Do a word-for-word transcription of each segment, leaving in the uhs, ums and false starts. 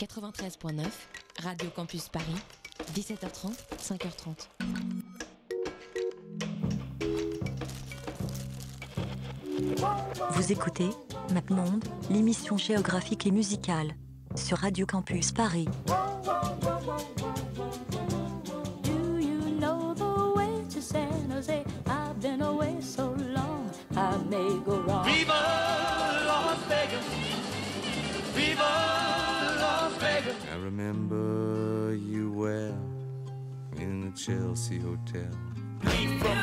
quatre-vingt-treize virgule neuf, Radio Campus Paris, dix-sept heures trente, cinq heures trente. Vous écoutez MapMonde, l'émission géographique et musicale, sur Radio Campus Paris. Do you know the way to San Jose? I've been away so long, I may go wrong. Viva Las Vegas! Viva Las Vegas! I remember you well in the Chelsea Hotel. We from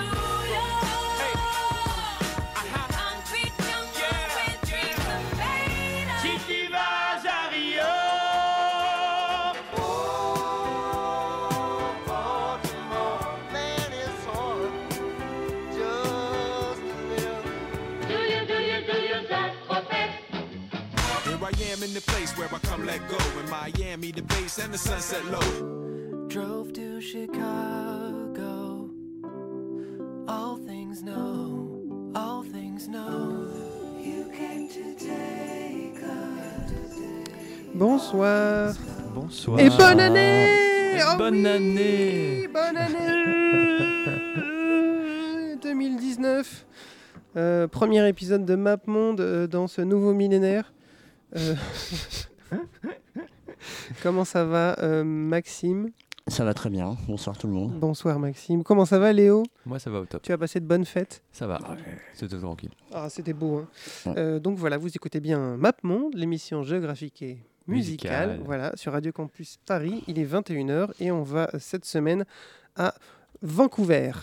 in the place where I come let go in Miami, the base and the sunset low. Drove to Chicago. All things know, all things know. You came to take us. Bonsoir. Bonsoir. Et bonne année. Et oh bonne oui, année. Bonne année deux mille dix-neuf. Euh, premier épisode de MapMonde euh, dans ce nouveau millénaire. Euh... Comment ça va, euh, Maxime? Ça va très bien. Bonsoir tout le monde. Bonsoir Maxime. Comment ça va, Léo? Moi ça va au top. Tu as passé de bonnes fêtes? Ça va, c'était tranquille. Ah, c'était beau. Hein. Ouais. Euh, donc voilà, vous écoutez bien MapMonde, l'émission géographique et musicale, Musicale. voilà, sur Radio Campus Paris. Il est vingt et une heures et on va cette semaine à Vancouver.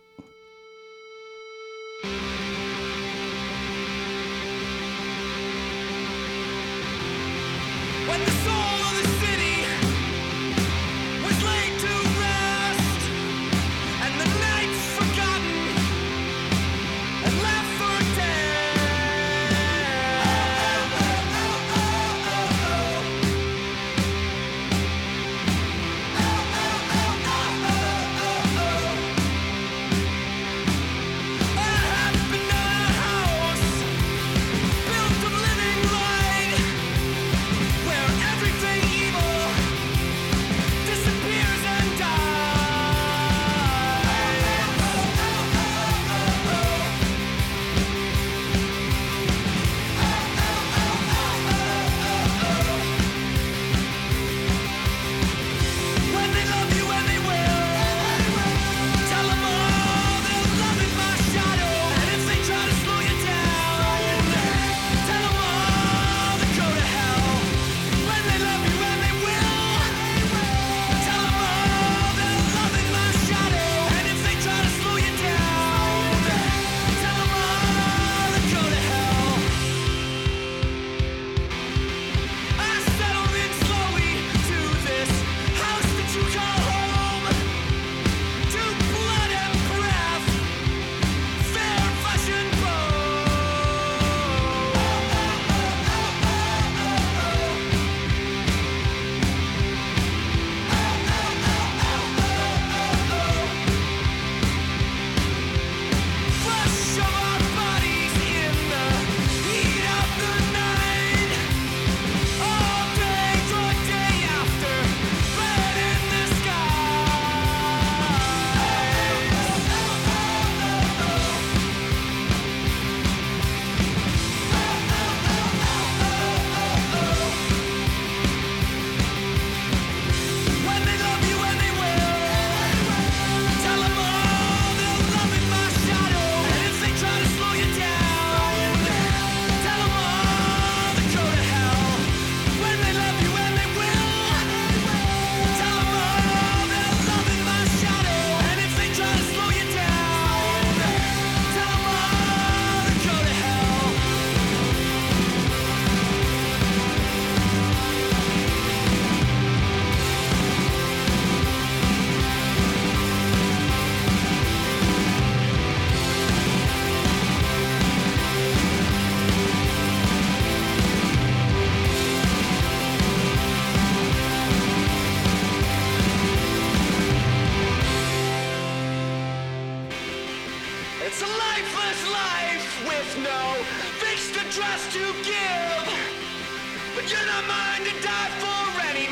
When the soul of the city was laid to rest, and the nights forgotten and left for dead. I have been a house built of living light, where everything evil disappears and dies. When they love you and they will, tell them all they'll love in my shadow. And if they try to slow you down, tell them all to go to hell. When they love you and they will, tell them all they'll love in my shadow. And if they try to slow you down, tell them all to go to hell. I settled in slowly to this house that you call home, to blood and breath, fair flesh and flesh of our bodies in the heat of the night, all day to day after, red in the When they love you and they will, tell them all they'll love in my shadow. And if they try to slow you down, tell them all to go to hell. When they love you and they will, tell them all they'll love in my shadow. And if they try to slow you down, tell them all to go to hell. It's a lifeless life with no fixed address to give. But you're not mine to die for anyway.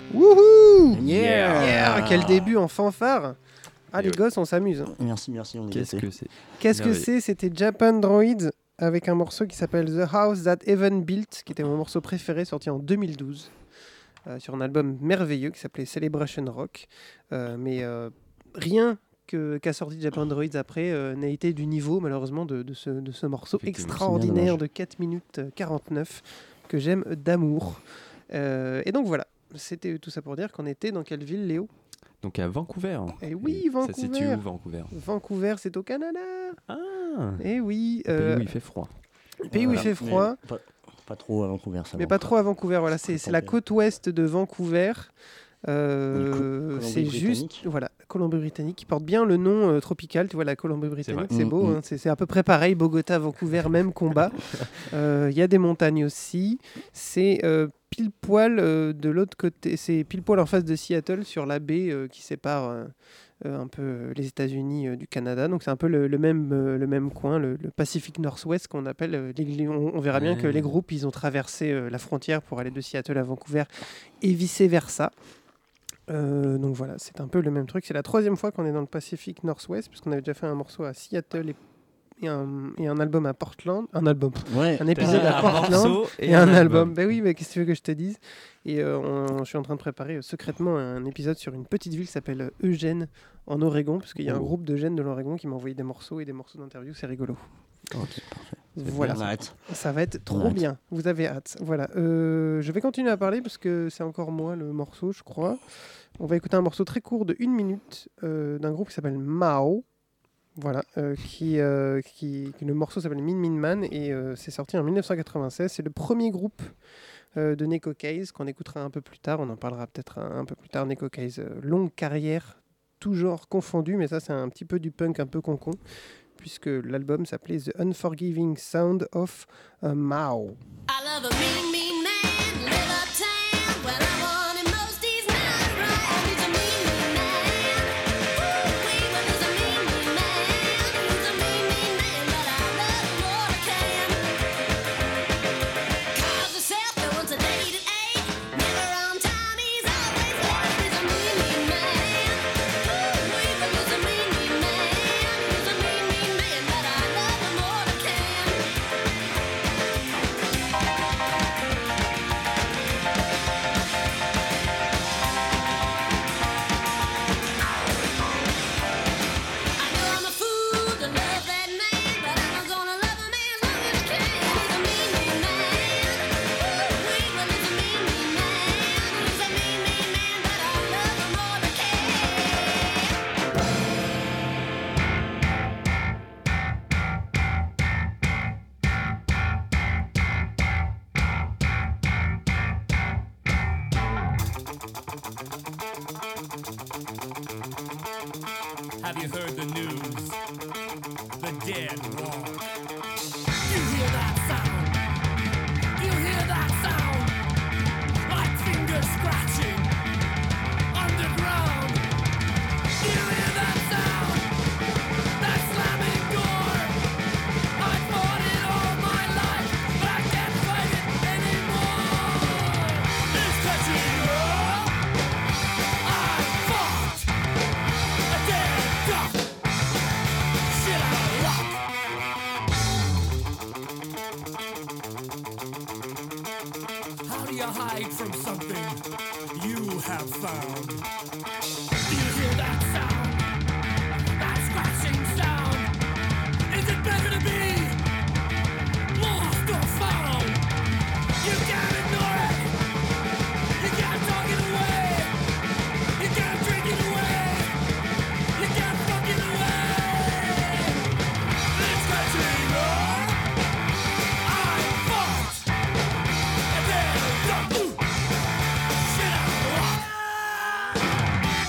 Wouhou Yeah. Yeah, quel début en fanfare. Ah, Et les ouais. gosses, on s'amuse. hein. Merci, merci, on est Qu'est-ce gâtés. que c'est Qu'est-ce que Merveilleux. c'est C'était Japan Droids avec un morceau qui s'appelle The House That Heaven Built, qui était mon morceau préféré, sorti en deux mille douze, euh, sur un album merveilleux qui s'appelait Celebration Rock. Euh, mais euh, rien que, qu'a sorti Japan Droids après euh, n'a été du niveau, malheureusement, de, de, ce, de ce morceau Effectivement, c'est bien extraordinaire dommage. de quatre minutes quarante-neuf que j'aime d'amour. Euh, et donc voilà, c'était tout ça pour dire qu'on était dans quelle ville, Léo? Donc à Vancouver. Eh oui, Et Vancouver. Ça se situe où, Vancouver Vancouver, c'est au Canada. Ah Eh oui. Pays euh, où il fait froid. pays où il Voilà. fait froid. Mais Pas, pas trop à Vancouver, ça Mais va. pas trop à Vancouver, voilà, c'est c'est la côte ouest de Vancouver. Euh, Co- c'est juste, Colombie-Britannique. voilà, Colombie-Britannique, qui porte bien le nom euh, tropical, tu vois, la Colombie-Britannique, C'est c'est vrai. beau, Mm, hein, c'est c'est à peu près pareil, Bogota, Vancouver, même combat. Euh, Il y a des montagnes aussi, c'est euh, pile poil euh, de l'autre côté, c'est pile poil en face de Seattle, sur la baie euh, qui sépare euh, euh, un peu euh, les États-Unis euh, du Canada, donc c'est un peu le, le même, euh, le même coin, le, le Pacific Northwest qu'on appelle. euh, les- on, on verra bien que Ouais. les groupes, ils ont traversé euh, la frontière pour aller de Seattle à Vancouver et vice-versa. Euh, donc voilà, c'est un peu le même truc. C'est la troisième fois qu'on est dans le Pacific Northwest, puisqu'on avait déjà fait un morceau à Seattle et, et, un, et un album à Portland. Un album, Ouais. un épisode T'as à un Portland morceau et, un, album. Ben oui, mais qu'est-ce que tu veux que je te dise? Et euh, on- je suis en train de préparer euh, secrètement un épisode sur une petite ville qui s'appelle euh, Eugène, en Oregon, parce qu'il y a un Oh. groupe d'Eugène de l'Oregon qui m'a envoyé des morceaux et des morceaux d'interview. C'est rigolo. Ok, parfait. Voilà. On arrête. Ça va être trop hâte. bien. Vous avez hâte. Voilà. Euh, je vais continuer à parler parce que c'est encore moi le morceau, je crois. On va écouter un morceau très court de une minute euh, d'un groupe qui s'appelle Mao. Voilà. euh, qui, euh, qui, qui- le morceau s'appelle Min Min Man et euh, c'est sorti en mille neuf cent quatre-vingt-seize. C'est le premier groupe euh, de Neko Case qu'on écoutera un peu plus tard. On en parlera peut-être un, un peu plus tard. Neko Case, euh, longue carrière, tout genre confondu, mais ça c'est un petit peu du punk un peu concon, puisque l'album s'appelait The Unforgiving Sound of a Mao. I love a mean, mean man, live uptown. When I want him most, he's not right. He's a mean, mean man. Ooh-wee, well, he's a mean, mean man. He's a mean, mean man, but I love him more I can. Calls himself, but wants a date at eight. Never on time, he's always late. He's a mean, mean man. Ooh-wee, well, he's a mean, mean man. He's a mean, mean man, but I love him more I can. I know I'm a fool to love that man, but I'm gonna love him as long as I can. He's a mean, mean man. Ooh-wee, well, he's a mean, mean man. He's a mean, mean man, but I love him more than I can. Have you heard the news? The dead walk. You hear that sound? You hear that sound? Like fingers scratching underground. You hear that sound? That slamming door. I fought it all my life, but I can't fight it anymore. It's catching up. I fought a dead duck. Shit out of luck. How do you hide from something you have found? Do you hear that sound? That scratching sound? Is it better to be lost or found? You can't ignore it. You can't talk it away. You can't drink it away. You can't fuck it away. It's catching up. I fought. And then, ooh, shit out of luck.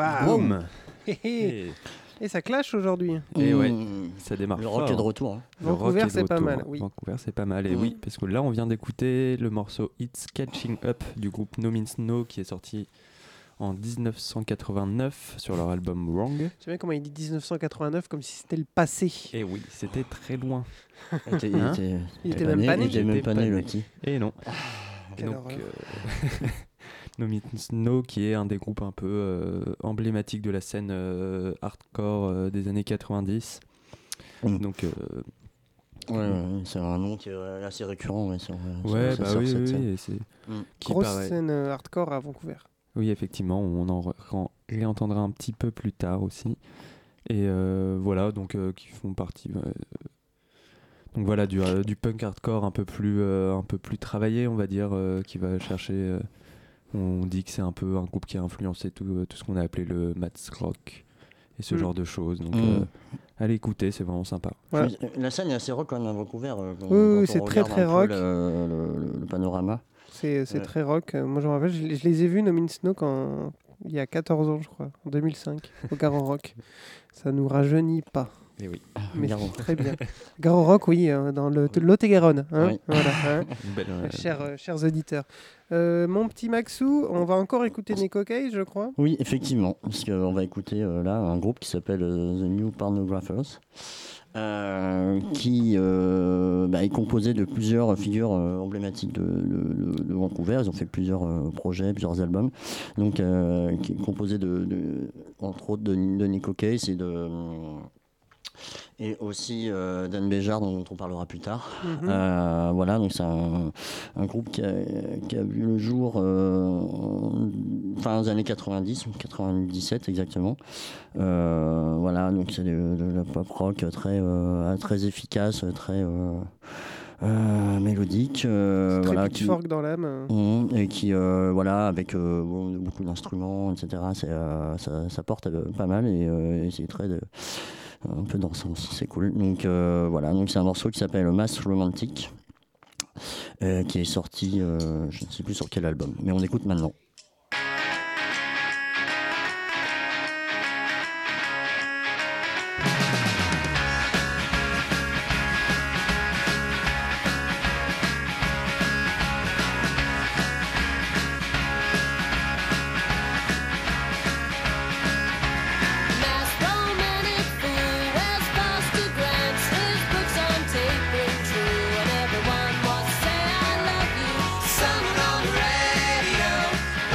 Waouh. Boom. Hé, hé. Et ça clash aujourd'hui. Et ouais, Mmh. ça démarre Le rock fort. est de retour. Hein. Le rock Vancouver, est de c'est pas retour. mal, oui. Vancouver, c'est pas mal. Et Mm. oui, parce que là, on vient d'écouter le morceau It's Catching Up du groupe No Means No qui est sorti en dix-neuf cent quatre-vingt-neuf sur leur album Wrong. Tu sais bien comment il dit dix-neuf cent quatre-vingt-neuf comme si c'était le passé. Et oui, c'était très loin. Il était, il Hein était, Il était même pas né. Il était même Il pas était né, pas le né. petit. Et non. Et Quelle donc, horreur. euh, No Means No, qui est un des groupes un peu euh, emblématiques de la scène euh, hardcore euh, des années quatre-vingt-dix. Mm. Donc, euh, Ouais, ouais, c'est un nom qui est assez récurrent. Ouais, sur, ouais, sur, bah sur oui, cette oui, scène. oui, et c'est Mm. qui Grosse paraît- scène euh, hardcore à Vancouver. Oui, effectivement, on en re- réentendra un petit peu plus tard aussi. Et euh, voilà, donc euh, qui font partie. euh, donc voilà, du, euh, du punk hardcore un peu plus, euh, un peu plus travaillé, on va dire, euh, qui va chercher. euh, on dit que c'est un peu un groupe qui a influencé tout, euh, tout ce qu'on a appelé le maths rock et ce Mm. genre de choses. Donc Mm. euh, allez écouter, c'est vraiment sympa. Voilà. Puis, euh, La scène est assez rock quand même à Vancouver. euh, quand- Oui, oui, quand on c'est très, regarde très un peu rock. Le, le- le panorama. C'est c'est Ouais. très rock. Euh, Moi, je me rappelle, je, les- je les ai vus, No Means No, quand il y a quatorze ans, je crois, en deux mille cinq, au Garo Rock. Ça nous rajeunit pas. Et oui, Mais Garo. c'est très bien. Garo Rock, oui, hein, dans le Lot-et-Garonne. Hein, Oui. voilà, hein. une belle, euh, chers, euh, chers auditeurs. Euh, mon petit Maxou, on va encore écouter Nico Cage, je crois. Oui, effectivement, parce qu'on va écouter euh, là un groupe qui s'appelle euh, The New Pornographers, euh, qui euh, bah, est composé de plusieurs figures euh, emblématiques de, de- de- de Vancouver. Ils ont fait plusieurs euh, projets, plusieurs albums, donc euh, qui est composé de, de- entre autres de, de Nico Cage et de et aussi euh, Dan Béjart, dont on parlera plus tard. Mhm. Euh, voilà, donc c'est un, un groupe qui a, qui a vu le jour euh, fin des années quatre-vingt-dix, quatre-vingt-dix-sept exactement. Euh, voilà, donc c'est de, de la pop rock très, euh, très efficace, très euh, euh, mélodique. euh, Très voilà, pitchfork dans l'âme. Mmh, et qui, euh, voilà, avec euh, bon, beaucoup d'instruments, et cetera, c'est, euh, ça, ça porte euh, pas mal et, euh, et c'est très. De, un peu dansant aussi, c'est cool. Donc euh, voilà, donc c'est un morceau qui s'appelle Mass Romantic, euh, qui est sorti, euh, je ne sais plus sur quel album, mais on écoute maintenant. Mass romantic fool wears faster glance, his books on tape ring true, and everyone wants to say I love you. Someone on the radio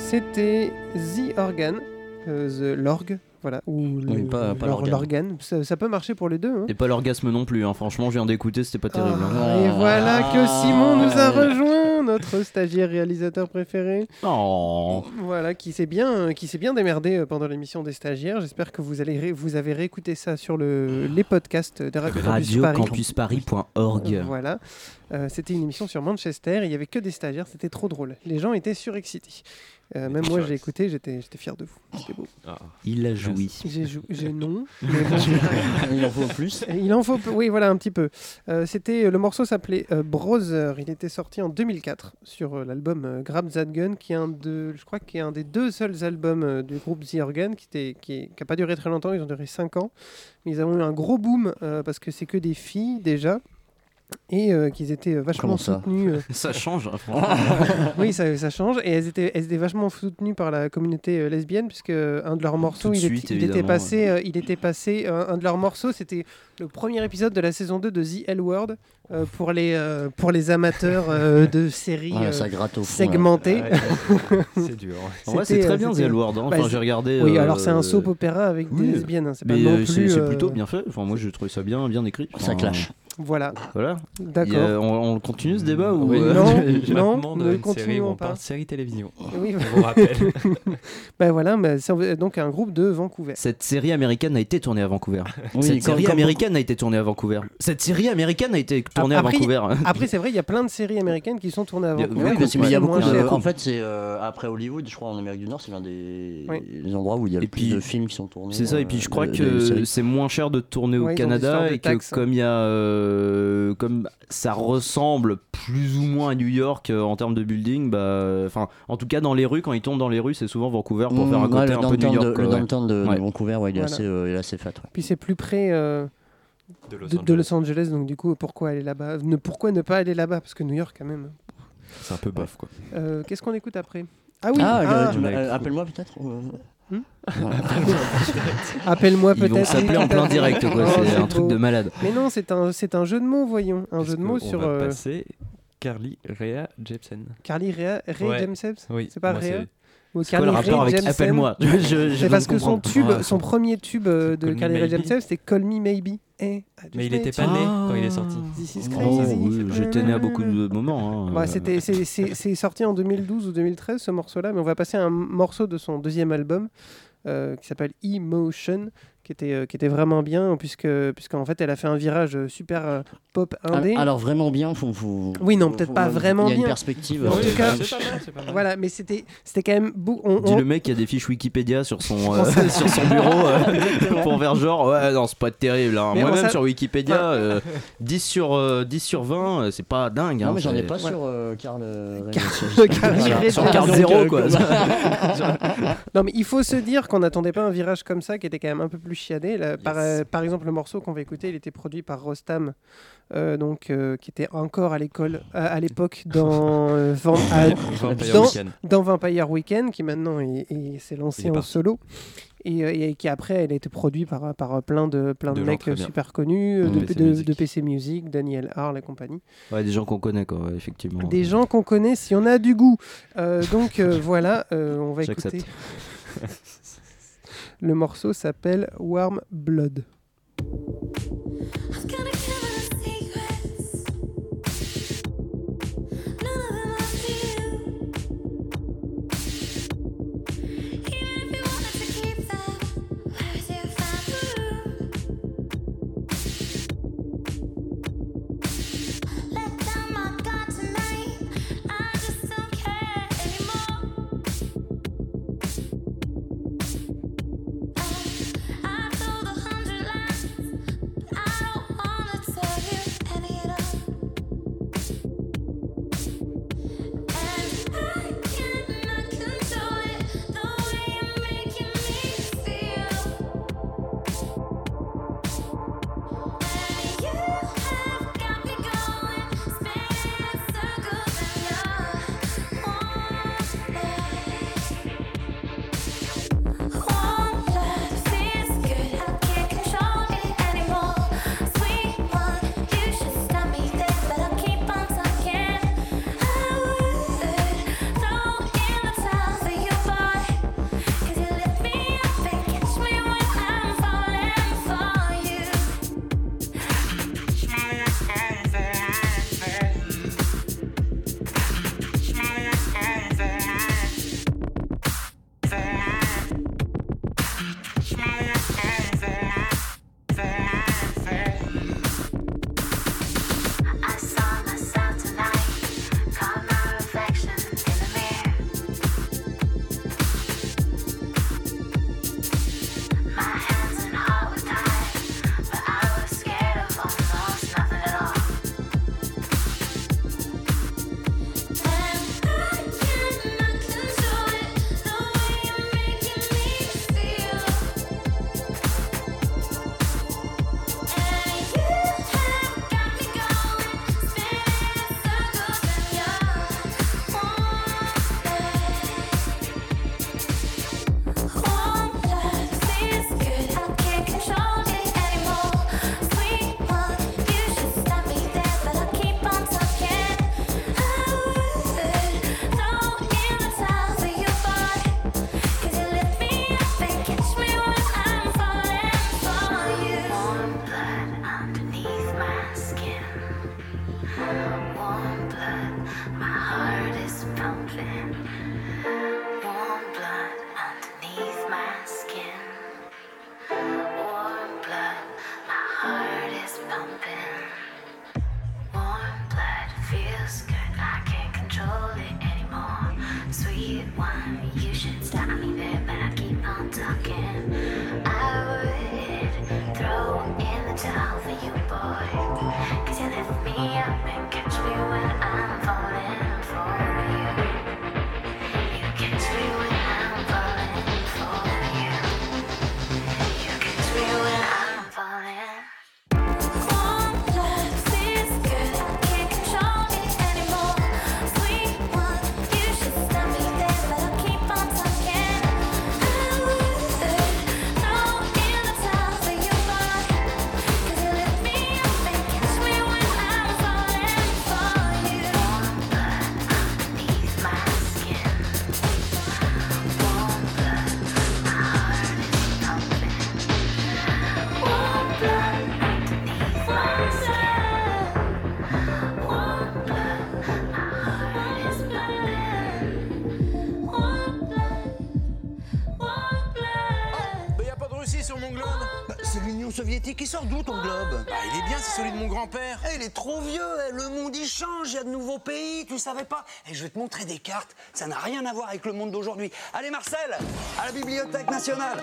c'était The Organ, euh, The Lorg, voilà, ou Oui, le- pas- pas l'or- l'organe. l'organe. Ça, ça peut marcher pour les deux. Hein. Et pas l'orgasme non plus, hein. Franchement, je viens d'écouter, c'était pas terrible. hein. Ah, et voilà que Simon nous a rejoint, notre stagiaire réalisateur préféré. Oh. Voilà, qui s'est bien, qui s'est bien démerdé euh, pendant l'émission des stagiaires. J'espère que vous allez, ré- vous avez réécouté ça sur le, les podcasts de Radio Campus radio Paris. campus paris point org. Voilà, Euh, c'était une émission sur Manchester. Il y avait que des stagiaires, c'était trop drôle. Les gens étaient surexcités. Euh, même moi, j'ai écouté, j'étais, j'étais fier de vous. C'était beau. Il a joui. J'ai, jou- j'ai non. mais bon. Il en faut plus. Il en faut, peu- oui, voilà, un petit peu. Euh, c'était, le morceau s'appelait euh, Brother. Il était sorti en deux mille quatre sur euh, l'album euh, Grab That Gun, qui est un de, je crois, qui est un des deux seuls albums euh, du groupe The Organ, qui était, qui, est- qui a pas duré très longtemps. Ils ont duré cinq ans, mais ils ont eu un gros boom euh, parce que c'est que des filles déjà. Et euh, qu'ils étaient euh, vachement Comment ça soutenus. euh, Ça change, hein, franchement. oui, ça, ça change. Et elles étaient, elles étaient vachement soutenues par la communauté euh, lesbienne, puisque euh, un de leurs morceaux, Tout de il, suite, était, il était évidemment, passé, euh, il était passé, euh, un de leurs morceaux, c'était le premier épisode de la saison deux de The L Word euh, pour les euh, pour les amateurs euh, de séries Ouais, euh, ça gratte au fond, segmentées. là. Ouais, c'est dur. En vrai, c'est C'était, très euh, bien c'était- The L-Word. Hein. bah, Enfin, j'ai regardé. Oui, euh, alors c'est un soap opéra avec oui. des lesbiennes. Hein. C'est pas Mais non euh, plus. c'est c'est euh, plutôt bien fait. Enfin, moi, j'ai trouvé ça bien, bien écrit. Ça Enfin, clash. Voilà. Voilà. D'accord. Il y a- on, on continue ce débat ou Oui, euh, Non, je non, m'apprends ne une série continuons où on pas. parle série télévision. Oui, On vous rappelle. ben voilà, mais c'est donc un groupe de Vancouver. Cette série américaine a été tournée à Vancouver. Oui, Cette comme- série comme- américaine a été tournée à Vancouver. Cette série américaine a été tournée à Après, Vancouver. Après, c'est vrai, il y a plein de séries américaines qui sont tournées à Il y a- Vancouver. oui, parce qu'il y a c'est beaucoup moins de- cher. En fait, c'est euh, après Hollywood, je crois, en Amérique du Nord, c'est l'un des, Oui. des endroits où il y a Et le plus puis, de films qui sont tournés. C'est ça, et puis je euh, crois de- des que séries. c'est moins cher de tourner au Ouais, ils ont des histoires Canada de et que taxes. comme il y a, euh, comme ça ressemble plus ou moins à New York euh, en termes de building, bah, enfin, en tout cas dans les rues, quand ils tournent dans les rues, c'est souvent Vancouver pour Mmh, faire un ouais, côté le un peu New downtown York. de, quoi, le ouais. downtown de, de Ouais. Vancouver, ouais, il est Voilà. assez, euh, il est assez fat. ouais. Puis c'est plus près euh, De Los de, de Los Angeles, donc du coup, pourquoi aller là-bas ne, Pourquoi ne pas aller là-bas Parce que New York, quand même. C'est un peu bof quoi. Euh, Qu'est-ce qu'on écoute après Ah oui, Ah, ah, euh, tu on m'as- a euh, écouté. appelle-moi peut-être ou, euh, Hmm ouais. appelle-moi Ils vont peut-être. s'appeler en plein direct, quoi. Oh, C'est c'est un truc beau. de malade. Mais non, c'est un, c'est un jeu de mots, voyons. Un Parce jeu de mots qu'on sur va euh, passer Carly Rae Jepsen. Carly Rae Rae Ouais. Jepsen. Oui. C'est pas moi, Rae Ou C'est quoi le Carly rapport Rae avec Jepsen. Appelle-moi Je- je- je C'est viens parce de que son comprendre. tube, Ah, son premier tube euh, de Call Me Carly Rae Maybe. Jepsen, c'était Call Me Maybe. Eh, I just Mais il met était you. pas né quand il est sorti. This is Oh, crazy. oui, j'étais né à beaucoup de moments. hein. Bah, c'était, c'est, c'est- c'est sorti en deux mille douze ou deux mille treize ce morceau-là, mais on va passer à un morceau de son deuxième album euh, qui s'appelle Emotion, qui était, euh, qui était vraiment bien, puisque, puisqu'en fait elle a fait un virage euh, super euh, pop indé. Alors, alors vraiment bien, faut, faut, Oui, non, faut- peut-être faut- pas vraiment Il y a une bien. perspective. En euh, tout cas, c'est pas mal, c'est pas mal. voilà, mais c'était, c'était quand même beau. On, Dis on- le mec qui a des fiches Wikipédia sur son, euh, sur son bureau euh, pour faire genre ouais non c'est pas terrible hein. Mais on Moi-même s'a- sur Wikipédia Enfin- euh, dix sur euh, dix sur vingt euh, c'est pas dingue hein, Non, mais j'en ai c'est- pas Ouais. sur euh, Carl. euh, Ray- Carl Voilà. Ray- sur Donc, carte Donc, zéro euh, quoi. Non, mais il faut se dire qu'on n'attendait pas un virage comme ça, qui était quand même un peu plus chiadé. Là, par, Yes. euh, par exemple, le morceau qu'on va écouter, il était produit par Rostam, euh, donc, euh, qui était encore à l'école, à, à l'époque, dans, euh, Van- à- Vampire dans, Weekend. dans Vampire Weekend, qui maintenant est, est- s'est lancé Il est en parti. solo. Et, euh, et qui après, elle a été produite par, par plein de, plein de, De gens mecs très euh, bien. super connus, euh, Mmh. de, P C de- Music. de P C Music, Daniel Harl et compagnie. Ouais, des gens qu'on connaît quoi ouais, effectivement. Des gens qu'on connaît si on a du goût. Euh, donc euh, voilà, euh, on va J'accepte. écouter. Le morceau s'appelle Warm Blood. I've got a cabinet of secrets. None of them are for you. Even if you wanted to keep them, where is your find room? Let down my guard tonight. I just don't care anymore. I, I told a hundred lies. one, you should stop me there, but I keep on talking. I would throw in the towel for you, boy, 'cause you lift me up and catch me when I'm falling for you. You catch me when I'm falling for you. You catch me when I'm falling. One love feels good, can't control me anymore. Sweet one, you should stop me there, but I'll keep on talking. I would throw in the towel for you, boy, 'cause you lift me up and catch me when I'm falling for you. Warm blood underneath my skin. Warm blood, my heart is pumping. Warm blood underneath my skin. Warm blood, my heart is pumping. Warm blood, warm blood. Bah y a pas de Russie sur mon globe. Bah, c'est l'Union soviétique qui sort d'où ton globe? Bah il est bien, c'est celui de mon grand-père. Eh, il est trop vieux, eh, le monde il change, il y a de nouveaux pays, tu savais pas? Et je vais te montrer des cartes, ça n'a rien à voir avec le monde d'aujourd'hui. Allez Marcel, à la Bibliothèque nationale.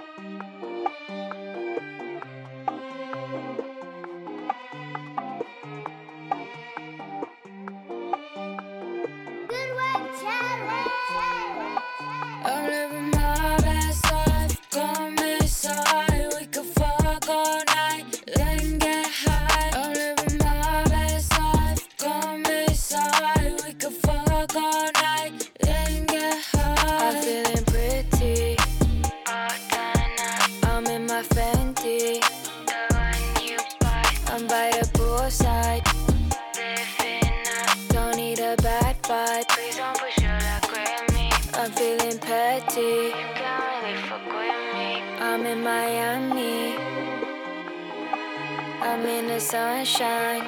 I'm living my best life, come inside. We could fuck all night, then get high. I'm living my best life, come inside. We could fuck all night, then get high. I'm feeling pretty, I'm in my Fenty, I'm by the poolside, don't need a bad vibe. Please don't push your luck with me. I'm feeling petty. You can't really fuck with me. I'm in Miami. I'm in the sunshine.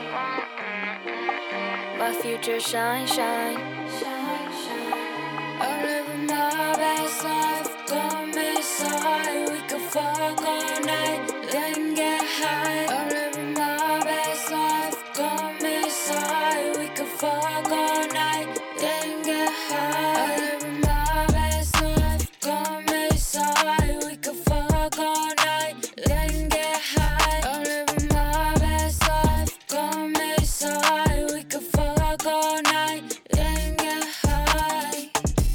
My future shine, shine. Shine, shine. I'm living my best life. Come inside. We could fuck all night, then get high. I'm living my best life. Come inside. We could fuck all night, then get high. I'm living my best life. Come inside. We could fuck all night, then get high. I'm living my best life. Come inside. We could fuck all night, then get high.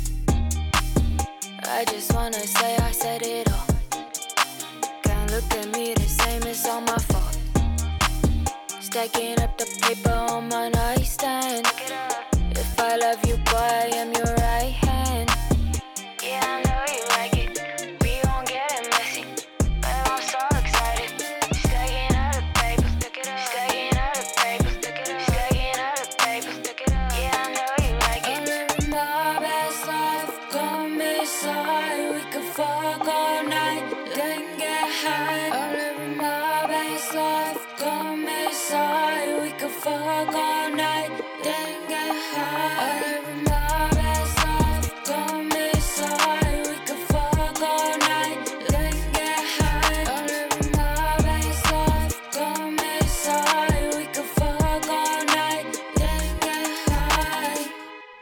I just wanna say I said it all. Can't look at me the same, it's all my fault. Stacking up the paper on my nightstand. If I love you, boy, I am your right hand. Yeah, I know you like it. We gon' get it messy. But I'm so excited. Stacking up the paper, stacking up the paper, stacking up the paper. Yeah, I know you like it. I'm living my best life. Come inside. We could fuck all night, then get high. I'm living my best life. Come inside. We could fuck all night, then get high. I'm living my best life. Come inside. We could fuck all night, then get high. I'm living my best life. Come inside. We could fuck all night, then get high.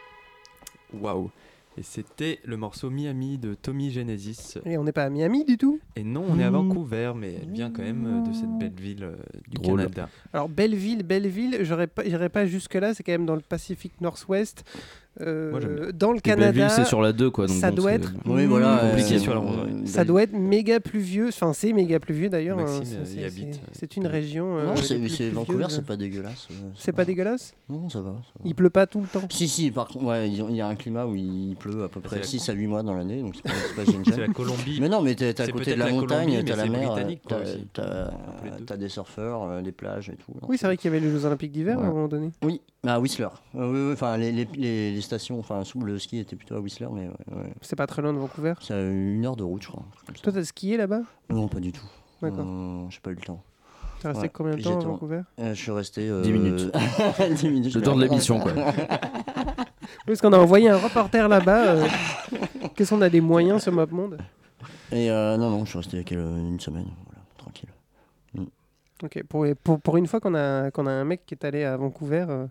Waouh. Et c'était le morceau Miami de Tommy Genesis. Et on n'est pas à Miami du tout? Et non, on est à Vancouver, mais elle vient quand même euh, de cette belle ville euh, du Drôle. Canada. Alors, belle ville, belle ville, j'aurais pas, j'irais pas jusque-là, c'est quand même dans le Pacifique Nord-Ouest. Euh, Moi, j'aime bien. dans le Et Canada, Belleville, c'est sur la deux, quoi, donc ça bon, doit c'est- être Oui, voilà, compliqué euh, sur la euh, route. ça doit être méga pluvieux. Enfin, c'est méga pluvieux d'ailleurs. Maxime, hein, euh, c'est- y c'est- habite. c'est- C'est une région. euh, Non, des c'est, plus c'est Vancouver, pluvieuses. c'est pas dégueulasse. euh, C'est pas dégueulasse? Non, ça va. ça va. Il pleut pas tout le temps. Si, si, par contre, ouais, il y a- il y a un climat où il pleut à peu près la- six à huit mois dans l'année, donc c'est pas, c'est pas génial. C'est la Colombie. Mais non, mais t'es, t'es à C'est côté peut-être de la, la montagne, Colombie, t'as mais la c'est mer, britannique, quoi, t'as, aussi. t'as, les deux. t'as des surfeurs, euh, des plages et tout. Non, Oui, c'est vrai qu'il y avait les Jeux Olympiques d'hiver Ouais. à un moment donné. Oui, à Whistler. Euh, oui, oui, enfin, les, les, les, les stations, enfin, sous le ski était plutôt à Whistler, mais ouais, ouais. C'est pas très loin de Vancouver. C'est à une heure de route, je crois. un truc comme ça. Toi, t'as skié là-bas? Non, pas du tout. D'accord. Euh, j'ai pas eu le temps. T'es resté Ouais, combien de puis temps à j'étais en- Vancouver? Euh, Je suis resté. euh, dix minutes. dix minutes. Le temps de l'émission, quoi. Parce qu'on a envoyé un reporter là-bas. euh, Qu'est-ce qu'on a des moyens sur MapMonde? Et euh, non, non, je suis resté quelle- une semaine, voilà, tranquille. Ok, pour, pour, pour une fois qu'on a, qu'on a un mec qui est allé à Vancouver, euh,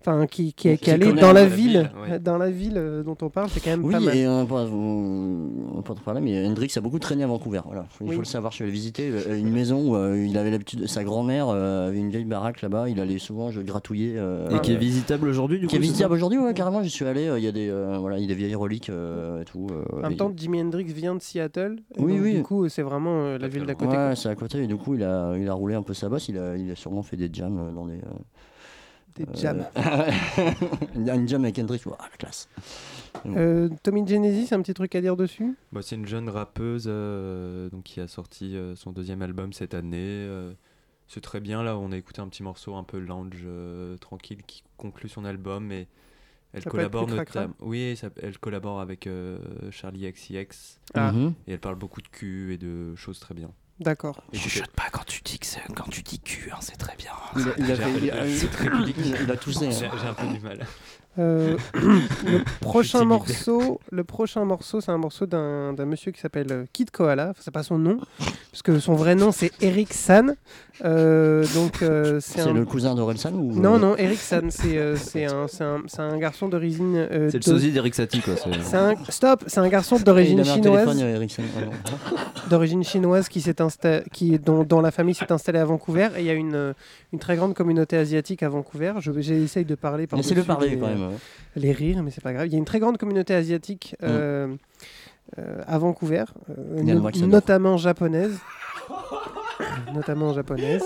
enfin qui, qui, est- qui Qui est allé connaît dans un la peu la ville, ville, ouais. dans la ville euh, dont on parle, c'est quand même Oui, pas mal. et euh, pas, on pas trop parler, mais Hendrix a beaucoup traîné à Vancouver. Voilà. Il Oui. faut le savoir, je suis allé visiter euh, une maison où euh, il avait l'habitude, sa grand-mère euh, avait une vieille baraque là-bas, il allait souvent je gratouiller. euh, Et qui est euh, visitable aujourd'hui, du Qui est coup, c'est visitable ça aujourd'hui, ouais, carrément, j'y suis allé, euh, il y a des, euh, voilà, il y a des vieilles reliques euh, et tout. euh, En même et- temps, Jimi Hendrix vient de Seattle. et Oui, donc, oui. Du coup, c'est vraiment euh, la ville d'à côté. Ouais, quoi. c'est à côté, et du coup, il a, il a roulé un peu sa bosse, il a, il a sûrement fait des jams euh, dans des. euh, Des euh, jams. Une jam avec Hendrix, wow, la classe. Euh, Tommy Genesis, un petit truc à dire dessus? Bah, c'est une jeune rappeuse euh, donc, qui a sorti euh, son deuxième album cette année. euh, c'est très bien, là on a écouté un petit morceau un peu lounge euh, tranquille qui conclut son album. Et elle Ça peut collabore être plus cracra. notamment. Oui, ça- elle collabore avec euh, Charlie X C X. Ah. Mhm. Et elle parle beaucoup de cul et de choses très bien. D'accord. Chuchote pas quand tu dis que c'est- quand tu dis cul, hein, c'est très bien. Il a- il a J'ai fait- un peu- il a- c'est très pudique. il a- il a toussé, hein. J'ai j'ai un peu du mal. Euh, le prochain timide. morceau, le prochain morceau, c'est un morceau d'un d'un monsieur qui s'appelle euh, Kid Koala. Enfin, c'est pas son nom, parce que son vrai nom c'est Eric San. Euh, donc euh, c'est C'est un... le cousin d'Orelsan ou Non, non, Eric San, c'est euh, c'est un, c'est un, c'est un garçon d'origine. euh, C'est le de- sosie d'Eric Satie, quoi. c'est- C'est un... Stop, c'est un garçon d'origine Il avait un chinoise. téléphone, euh, Ericsson. Ah non. D'origine chinoise qui s'est insta- qui dont, dont la famille s'est installée à Vancouver, et il y a une, euh, une très grande communauté asiatique à Vancouver. Je j'essaye de parler par Laissez-le parler, quand même, ouais. les rires, mais c'est pas grave. Il y a une très grande communauté asiatique euh, euh, à Vancouver, euh, Il y a le no- moi qui s'adore. notamment japonaise, notamment japonaise.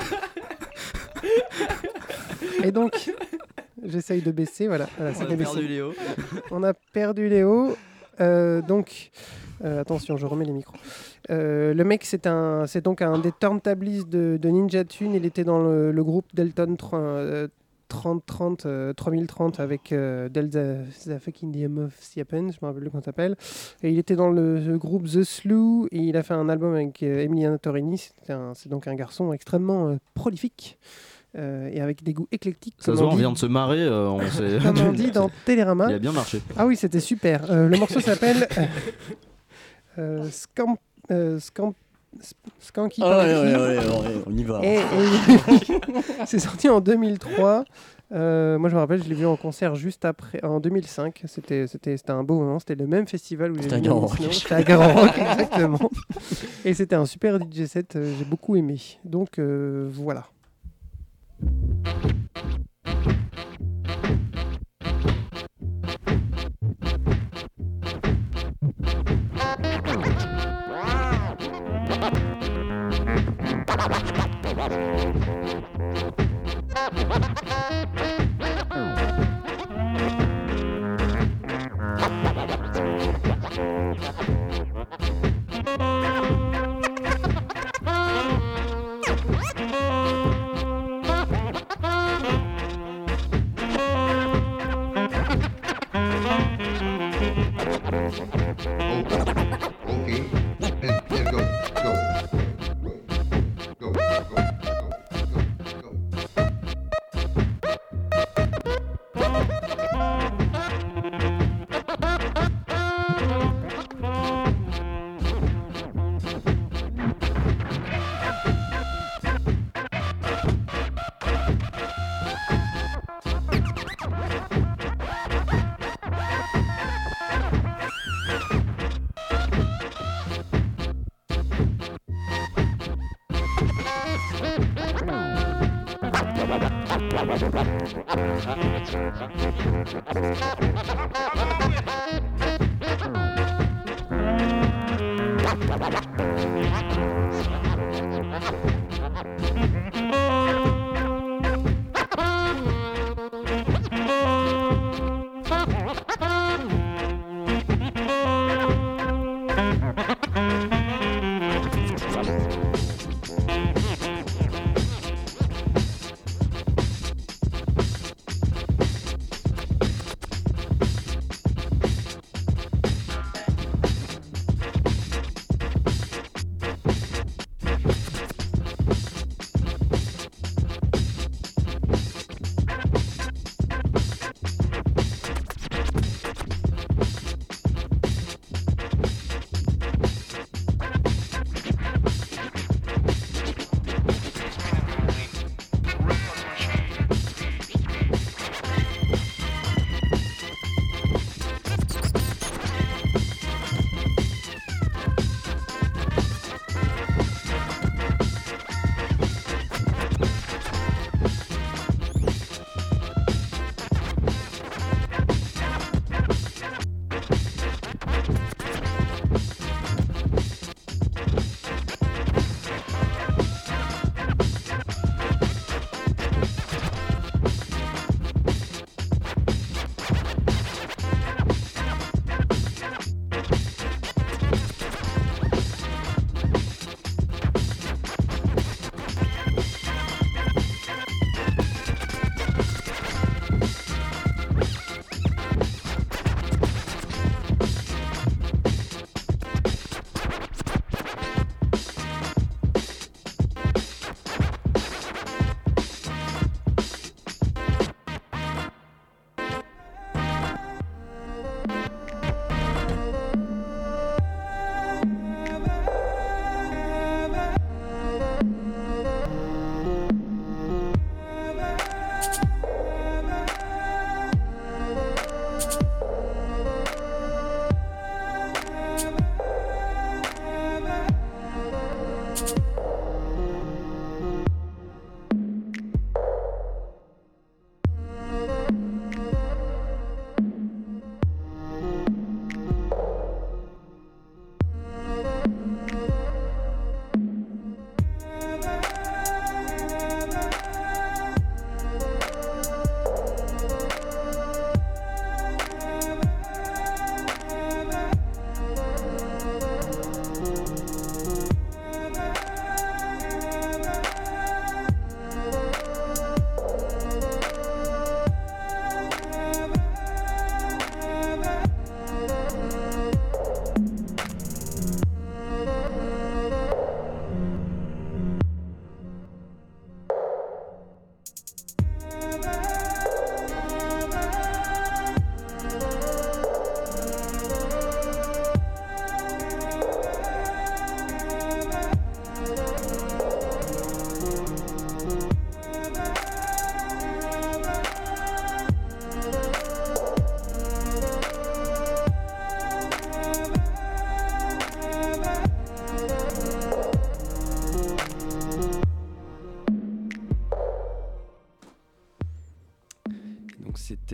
Et donc, j'essaye de baisser, voilà. voilà On ça a fait perdu baisser. Léo. On a perdu Léo. Euh, donc, euh, attention, je remets les micros. Euh, le mec, c'est un, c'est donc un des turntablistes de, de Ninja Tune. Il était dans le, le groupe Delton tr- euh, trente trente, euh, trois mille trente avec euh, Delta the fucking Diem of Siapen, je me rappelle plus comment ça s'appelle. Et il était dans le, le groupe The Slew et il a fait un album avec euh, Emiliano Torrini. C'est, un- c'est donc un garçon extrêmement euh, prolifique. euh, et avec des goûts éclectiques. Ça comme se voit, on dit- vient de se marrer. euh, on s'est- Comme on dit dans Télérama. Il a bien marché. Ah oui, c'était super. Euh, le morceau s'appelle euh, euh, Scamp, euh, Scamp, Sp- Skanky Ah ouais, Punky. ouais, ouais, ouais, on y va. Et, et- c'est sorti en deux mille trois. Euh, moi, je me rappelle, je l'ai vu en concert juste après, en deux mille cinq. C'était, c'était, c'était un beau moment. C'était le même festival où j'ai C'était vu à Garan Nino Snow. Rock. C'était à Garan Rock, exactement. Et c'était un super D J set. euh, J'ai beaucoup aimé. Donc euh, voilà.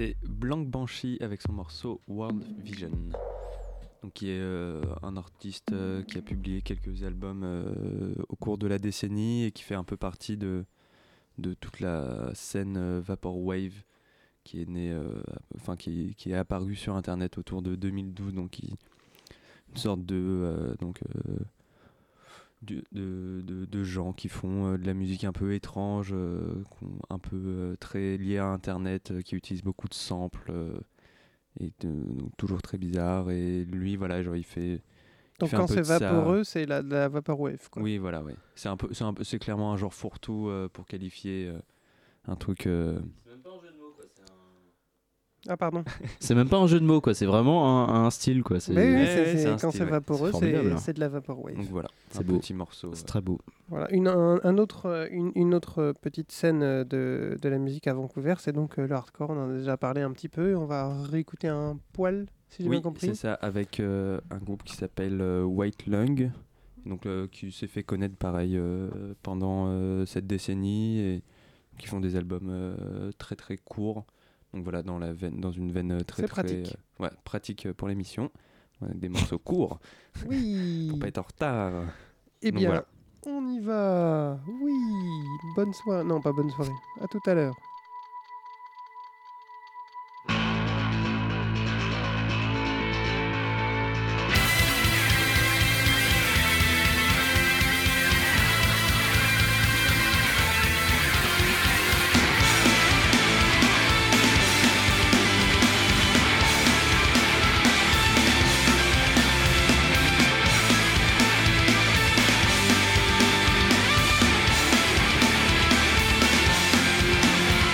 c'était Blank Banshee avec son morceau World Vision, donc qui est euh, un artiste euh, qui a publié quelques albums euh, au cours de la décennie et qui fait un peu partie de, de toute la scène euh, Vaporwave qui est née, euh, enfin qui, qui est apparue sur internet autour de deux mille douze, donc qui, une sorte de euh, donc euh, de, de, de, de gens qui font euh, de la musique un peu étrange, euh, un peu euh, très liée à internet, euh, qui utilisent beaucoup de samples euh, et de, donc toujours très bizarre. Et lui, voilà, genre il fait. il Donc fait quand un peu c'est de ça. vaporeux, c'est la, la vaporwave, quoi. Oui, voilà, oui. C'est un peu, c'est un peu, c'est clairement un genre fourre-tout euh, pour qualifier euh, un truc. Euh... C'est même pas un jeu de mots, quoi. C'est un... Ah pardon. C'est même pas un jeu de mots, quoi. C'est vraiment un, un style, quoi. C'est... Mais oui, Ouais, c'est, ouais, c'est- c'est un quand style, c'est ouais. vaporeux, C'est c'est, formidable. c'est de la vaporwave. Donc voilà, C'est un beau. petit morceau. C'est euh. très beau. Voilà, une, un, un autre, euh, une, une autre euh, petite scène euh, de, de la musique à Vancouver, c'est donc euh, le hardcore. On en a déjà parlé un petit peu. On va réécouter un poil, si j'ai Oui, bien compris. c'est ça, avec euh, un groupe qui s'appelle euh, White Lung, donc euh, qui s'est fait connaître pareil euh, pendant euh, cette décennie et qui font des albums euh, très très courts. Donc voilà, dans la veine, dans une veine euh, très C'est très pratique. euh, ouais, pratique pour l'émission, avec des morceaux courts Oui. pour pas être en retard. Eh Donc bien, voilà. on y va. Oui. Bonne soirée. Non, pas bonne soirée. À tout à l'heure. Thank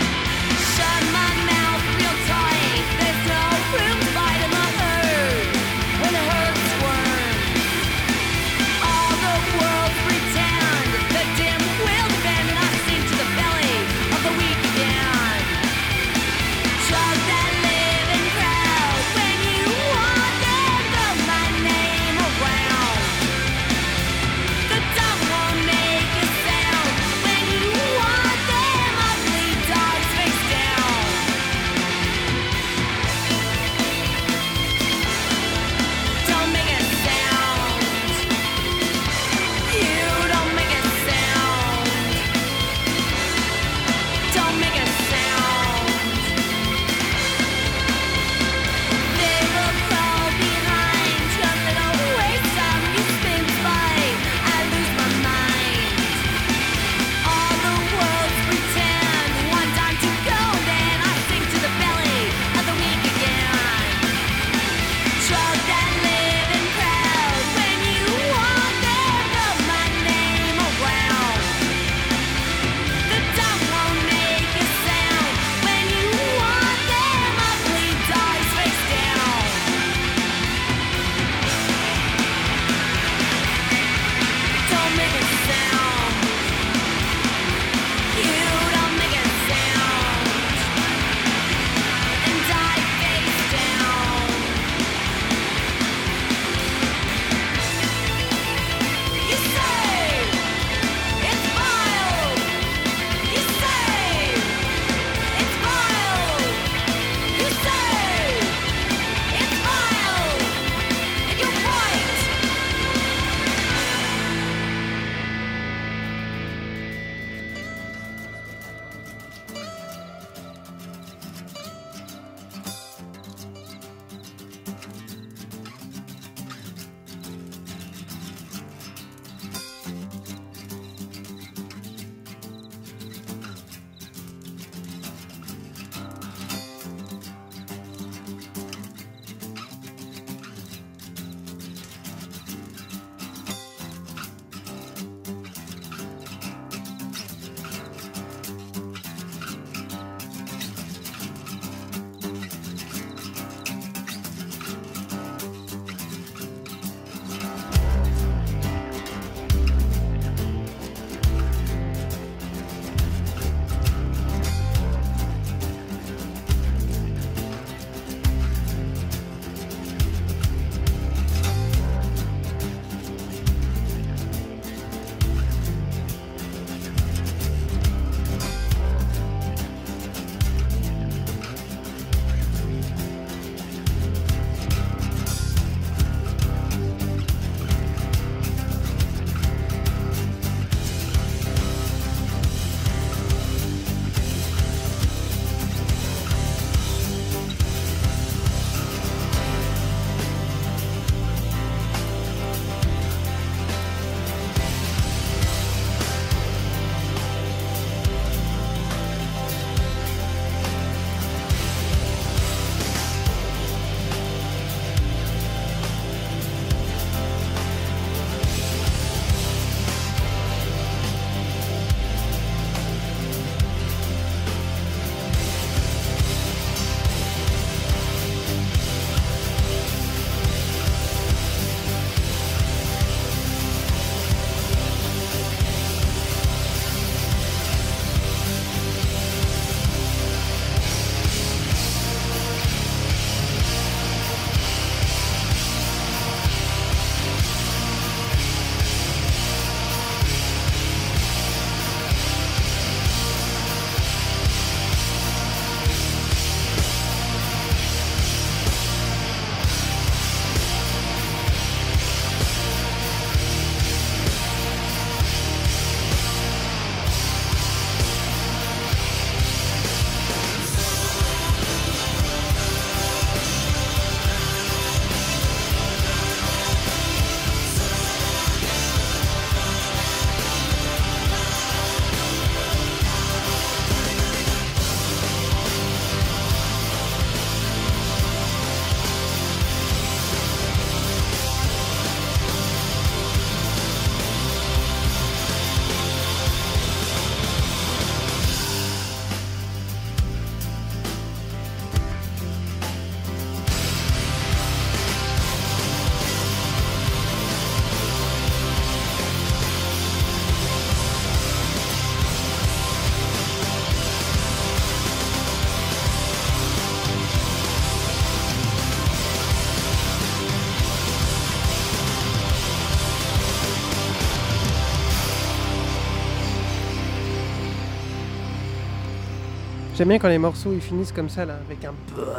J'aime bien quand les morceaux ils finissent comme ça là, avec un.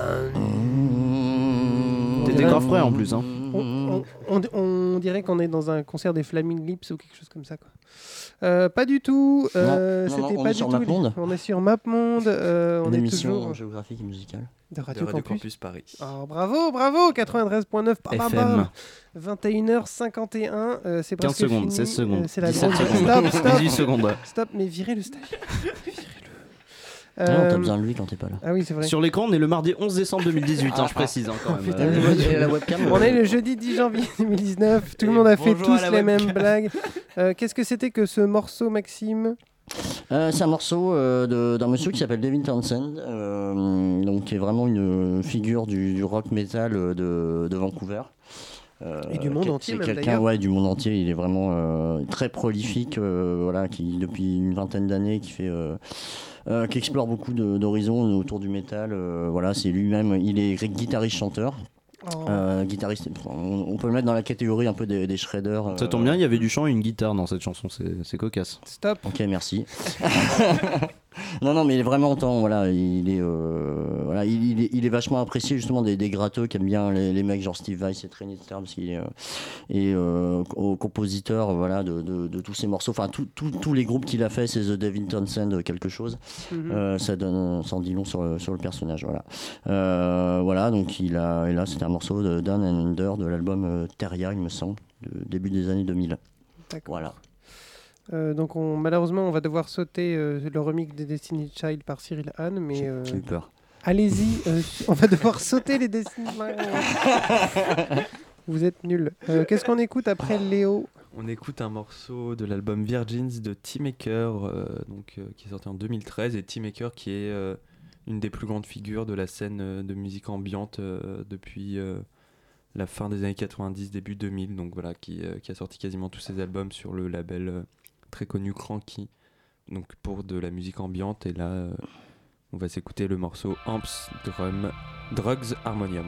T'étais grave frais en plus. Hein. On, on, on, on dirait qu'on est dans un concert des Flaming Lips ou quelque chose comme ça quoi. Euh, pas du tout. Euh, Non, non, c'était non, on pas est du sur tout. MapMonde. On est sur MapMonde. Euh, on Une est émission toujours géographique et musicale. de Radio, De Radio Campus. Campus Paris. Oh, bravo, bravo, quatre-vingt-treize virgule neuf. Bam, bam, F M. bam. vingt et une heures cinquante et un. Euh, c'est quinze presque secondes, fini. seize secondes, Euh, c'est la dix-sept grosse- secondes, Stop, stop. dix-huit secondes. Stop, mais virez le stagiaire. Virez-le. Non, t'as Euh, besoin de lui quand t'es pas là. Ah oui, c'est vrai. Sur l'écran, on est le mardi onze décembre deux mille dix-huit, hein, je précise hein, quand même. Putain, Euh, mais- Et la webcam, On euh, est le jeudi dix janvier deux mille dix-neuf. Tout le monde a fait bonjour à tous la les webcam. mêmes blagues. Euh, Qu'est-ce que c'était que ce morceau, Maxime? Euh, c'est un morceau euh, de- d'un monsieur qui s'appelle Devin Townsend, euh, donc qui est vraiment une figure du, du rock metal euh, de, de Vancouver. Euh, Et du monde quel- entier, c'est même, quelqu'un, d'ailleurs. ouais, du monde entier. Il est vraiment euh, très prolifique, euh, voilà, qui depuis une vingtaine d'années, qui fait, euh, euh, qui explore beaucoup de- d'horizons autour du métal. euh, voilà, c'est lui-même, il est guitariste-chanteur. Oh. Euh, guitariste, on, on peut le mettre dans la catégorie un peu des, des shredders. Ça tombe bien, il y avait du chant et une guitare dans cette chanson, c'est c'est cocasse. Stop. Ok, merci. non, non, mais il est vraiment temps. Voilà, il est, euh, voilà, il, il est, il est vachement apprécié justement des, des gratteux qui aiment bien les, les mecs genre Steve Vai et Train, et cetera. Parce qu'il est euh, et euh, au compositeur, voilà, de, de, de tous ces morceaux. Enfin, tout- tout- tous les groupes qu'il a fait, c'est The Devin Townsend quelque chose. Mhm. Euh, ça donne, ça en dit long sur le, sur le personnage. Voilà, Euh, voilà. Donc il a, et là, c'était un morceau de Down and Under de l'album euh, Teria, il me semble, de début des années deux mille. D'accord. Voilà. Euh, donc on, malheureusement, on va devoir sauter euh, le remix des Destiny Child par Cyril Hahn, mais J'ai euh, j'ai eu peur. allez-y, euh, on va devoir sauter les Destiny Child. Vous êtes nuls. Euh, Qu'est-ce qu'on écoute après Léo? On écoute un morceau de l'album Virgins de T-Maker, euh, donc, euh, qui est sorti en deux mille treize, et T-Maker qui est euh, une des plus grandes figures de la scène euh, de musique ambiante euh, depuis euh, la fin des années quatre-vingt-dix, début deux mille, donc voilà, qui, euh, qui a sorti quasiment tous ses albums sur le label euh, très connu Cranky, donc pour de la musique ambiante. Et là, euh, on va s'écouter le morceau Amps Drum Drugs Harmonium.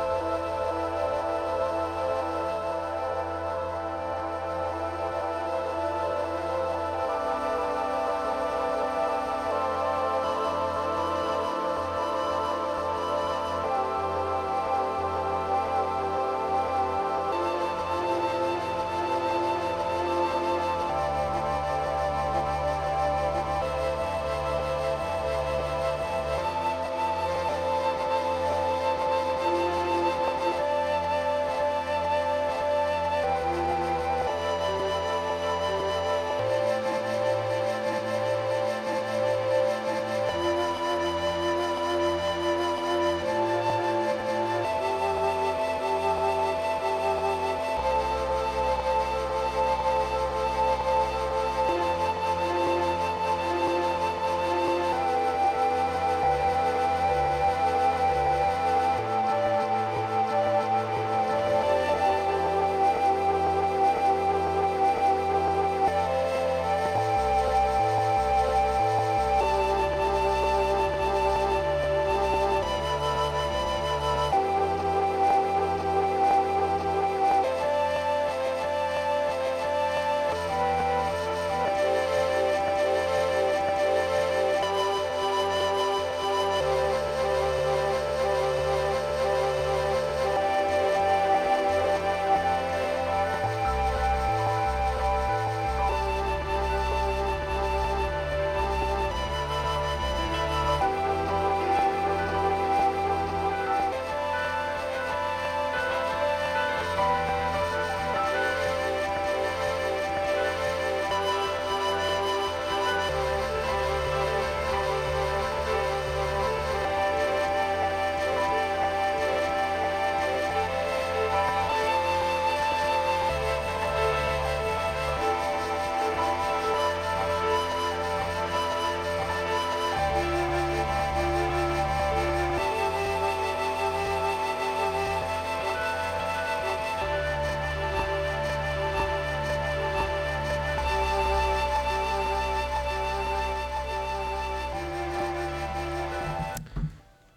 Thank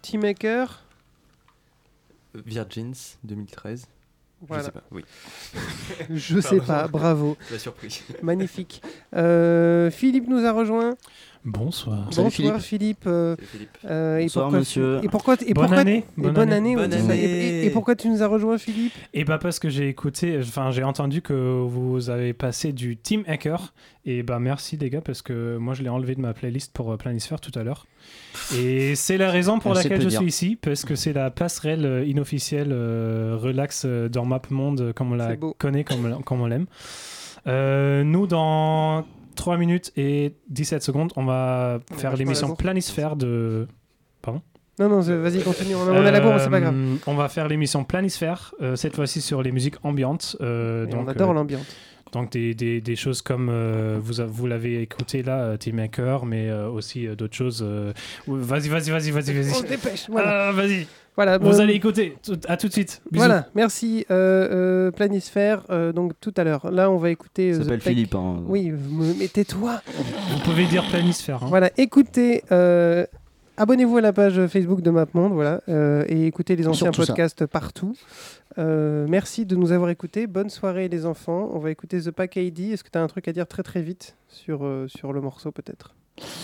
Teamaker. Virgins deux mille treize. Voilà. Je sais pas, oui. Je sais Pardon. pas, bravo. La surprise. Magnifique. Euh, Philippe nous a rejoint. Bonsoir. Bonsoir Philippe. Philippe. Euh, Salut, Philippe. euh, et Bonsoir, pourquoi- monsieur. Et pourquoi et Bonne pourquoi- année. et Bonne bonne année. année. Bonne oui. année. Et, et pourquoi tu nous as rejoint Philippe? Et bah parce que j'ai écouté, enfin j'ai entendu que vous avez passé du Team Hacker. Et bah merci les gars parce que moi je l'ai enlevé de ma playlist pour euh, Planisphère tout à l'heure. Et c'est la raison pour On sait laquelle peu je dire. suis ici parce que c'est la passerelle euh, inofficielle euh, relax euh, dans MapMonde euh, comme on la C'est beau. connaît, comme, on- comme on l'aime. Euh, nous dans trois minutes et dix-sept secondes, on va On faire va l'émission vachement à la bourre. Planisphère de... Pardon Non, non, c'est- vas-y, continue. On, on est à la bourre, mais c'est pas grave. Euh, On va faire l'émission Planisphère, euh, cette fois-ci sur les musiques ambiantes. euh, Et donc, on adore euh, l'ambiance. Donc des, des, des choses comme, euh, vous, a- vous l'avez écouté là, euh, Team Hacker, mais euh, aussi euh, d'autres choses. euh, où- Vas-y, vas-y, vas-y, vas-y, vas-y. On se dépêche. Voilà. Ah, vas-y. Voilà, Vous bon, allez écouter. Tout- à tout de suite. Bisous. Voilà, merci. Euh, euh, Planisphère, euh, donc tout à l'heure. Là, on va écouter. Il euh, The s'appelle Peck. Philippe. Hein. Oui, me- mais tais-toi. Vous pouvez dire Planisphère. Hein. Voilà, écoutez. euh, Abonnez-vous à la page Facebook de MapMonde, voilà, euh, et écoutez les anciens Surtout ça. podcasts partout. Euh, merci de nous avoir écoutés. Bonne soirée les enfants. On va écouter The Pack I D. Est-ce que tu as un truc à dire très très vite sur, euh, sur le morceau peut-être?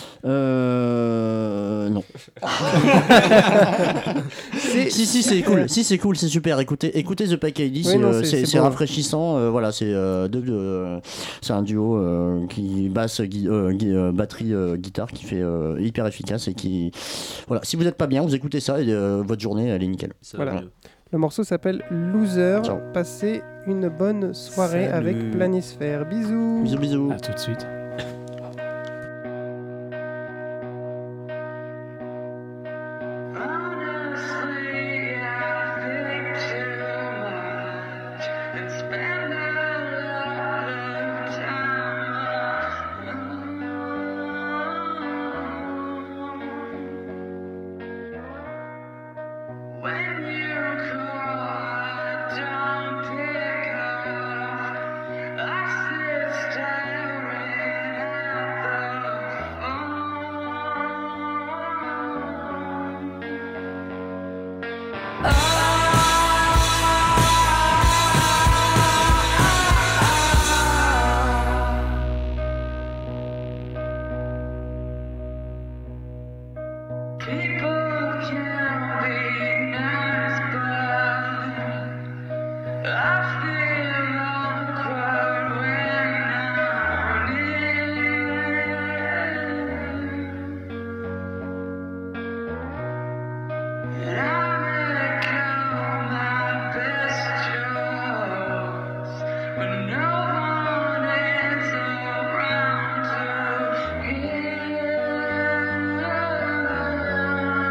Euh. Non. C'est- si, si, c'est cool. Si, c'est cool, c'est super. Écoutez, écoutez The Pack I D, Oui, c'est, non, euh, c'est- c'est, c'est c'est beau. rafraîchissant. euh, voilà, c'est, euh, deux- deux, euh, c'est un duo euh, qui basse, gui- euh, gui- euh, batterie, euh, guitare, qui fait euh, hyper efficace et qui. Voilà, si vous n'êtes pas bien, vous écoutez ça et euh, votre journée, elle est nickel. Voilà. Le morceau s'appelle Loser. Ciao. Passez une bonne soirée Salut. avec Planisphère. Bisous. Bisous, bisous. À tout de suite. When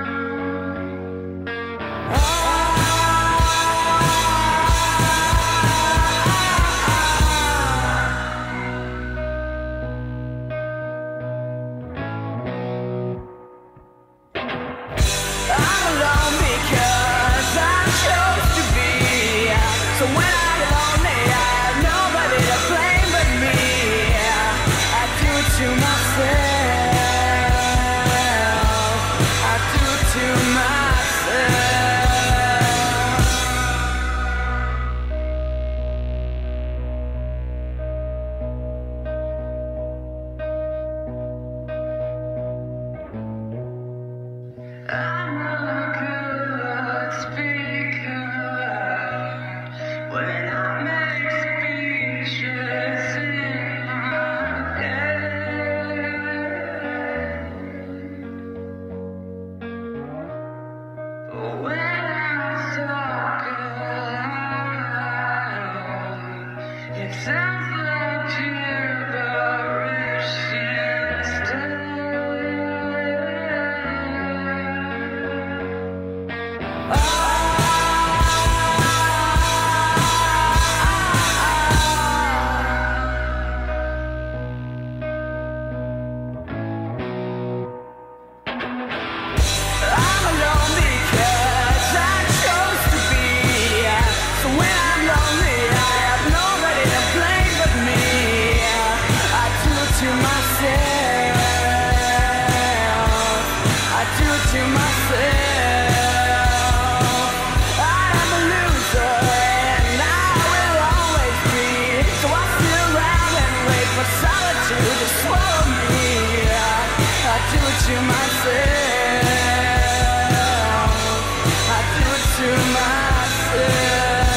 it to myself. I do it to myself.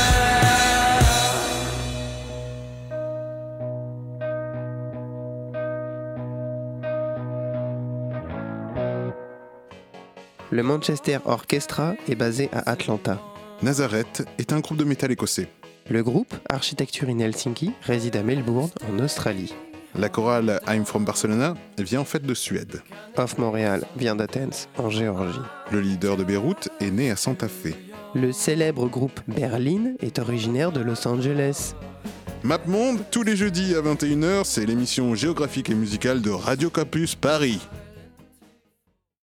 Le Manchester Orchestra est basé à Atlanta. Nazareth est un groupe de métal écossais. Le groupe, Architecture in Helsinki, réside à Melbourne, en Australie. La chorale I'm from Barcelona vient en fait de Suède. Off Montréal vient d'Athens, en Géorgie. Le leader de Beyrouth est né à Santa Fe. Le célèbre groupe Berlin est originaire de Los Angeles. MapMonde, tous les jeudis à vingt et une heures, c'est l'émission géographique et musicale de Radio Campus Paris.